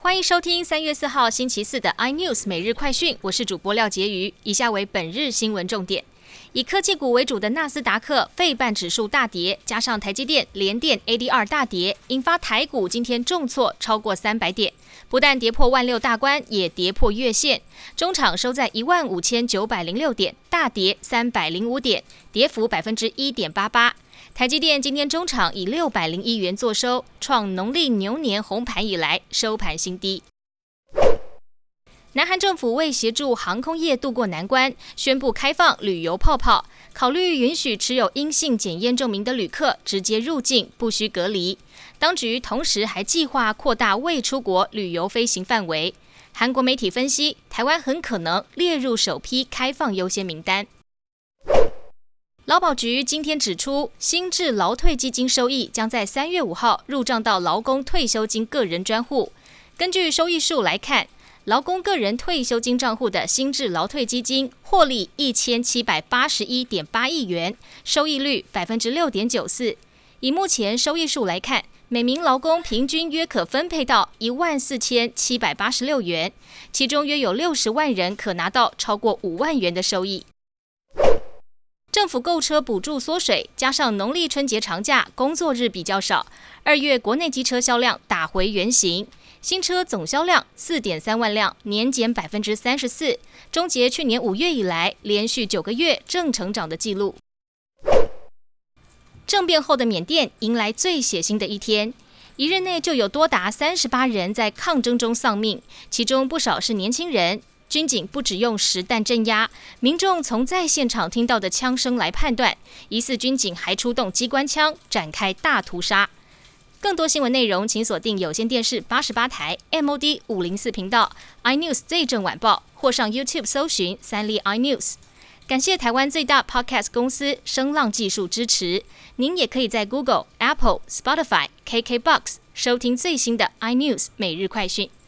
欢迎收听3月4号星期四的 iNews 每日快讯，我是主播廖洁瑜。以下为本日新闻重点：以科技股为主的纳斯达克、费半指数大跌，加上台积电、联电、ADR 大跌，引发台股今天重挫超过300点，不但跌破16000大关，也跌破月线。中场收在15906点，大跌305点，跌幅1.88%。台积电今天中场以601元作收，创农历牛年红盘以来收盘新低。南韩政府为协助航空业渡过难关，宣布开放旅游泡泡，考虑允许持有阴性检验证明的旅客直接入境，不需隔离。当局同时还计划扩大未出国旅游飞行范围。韩国媒体分析，台湾很可能列入首批开放优先名单。劳保局今天指出，新制劳退基金收益将在3月5号入账到劳工退休金个人专户。根据收益数来看，劳工个人退休金账户的新制劳退基金获利1781.8亿元，收益率6.94%。以目前收益数来看，每名劳工平均约可分配到14786元，其中约有60万人可拿到超过5万元的收益。政府购车补助缩水，加上农历春节长假工作日比较少，2月国内机车销量打回原形，新车总销量4.3万辆，年减34%，终结去年5月以来连续9个月正成长的纪录。政变后的缅甸迎来最血腥的一天，一日内就有多达38人在抗争中丧命，其中不少是年轻人。军警不只用实弹镇压，民众从在现场听到的枪声来判断，疑似军警还出动机关枪展开大屠杀。更多新闻内容请锁定有线电视88台 MOD 504频道 iNews 最正晚报，或上 YouTube 搜寻三立 iNews。感谢台湾最大 Podcast 公司声浪技术支持。您也可以在 Google、Apple、Spotify、KKBox 收听最新的iNews 每日快讯。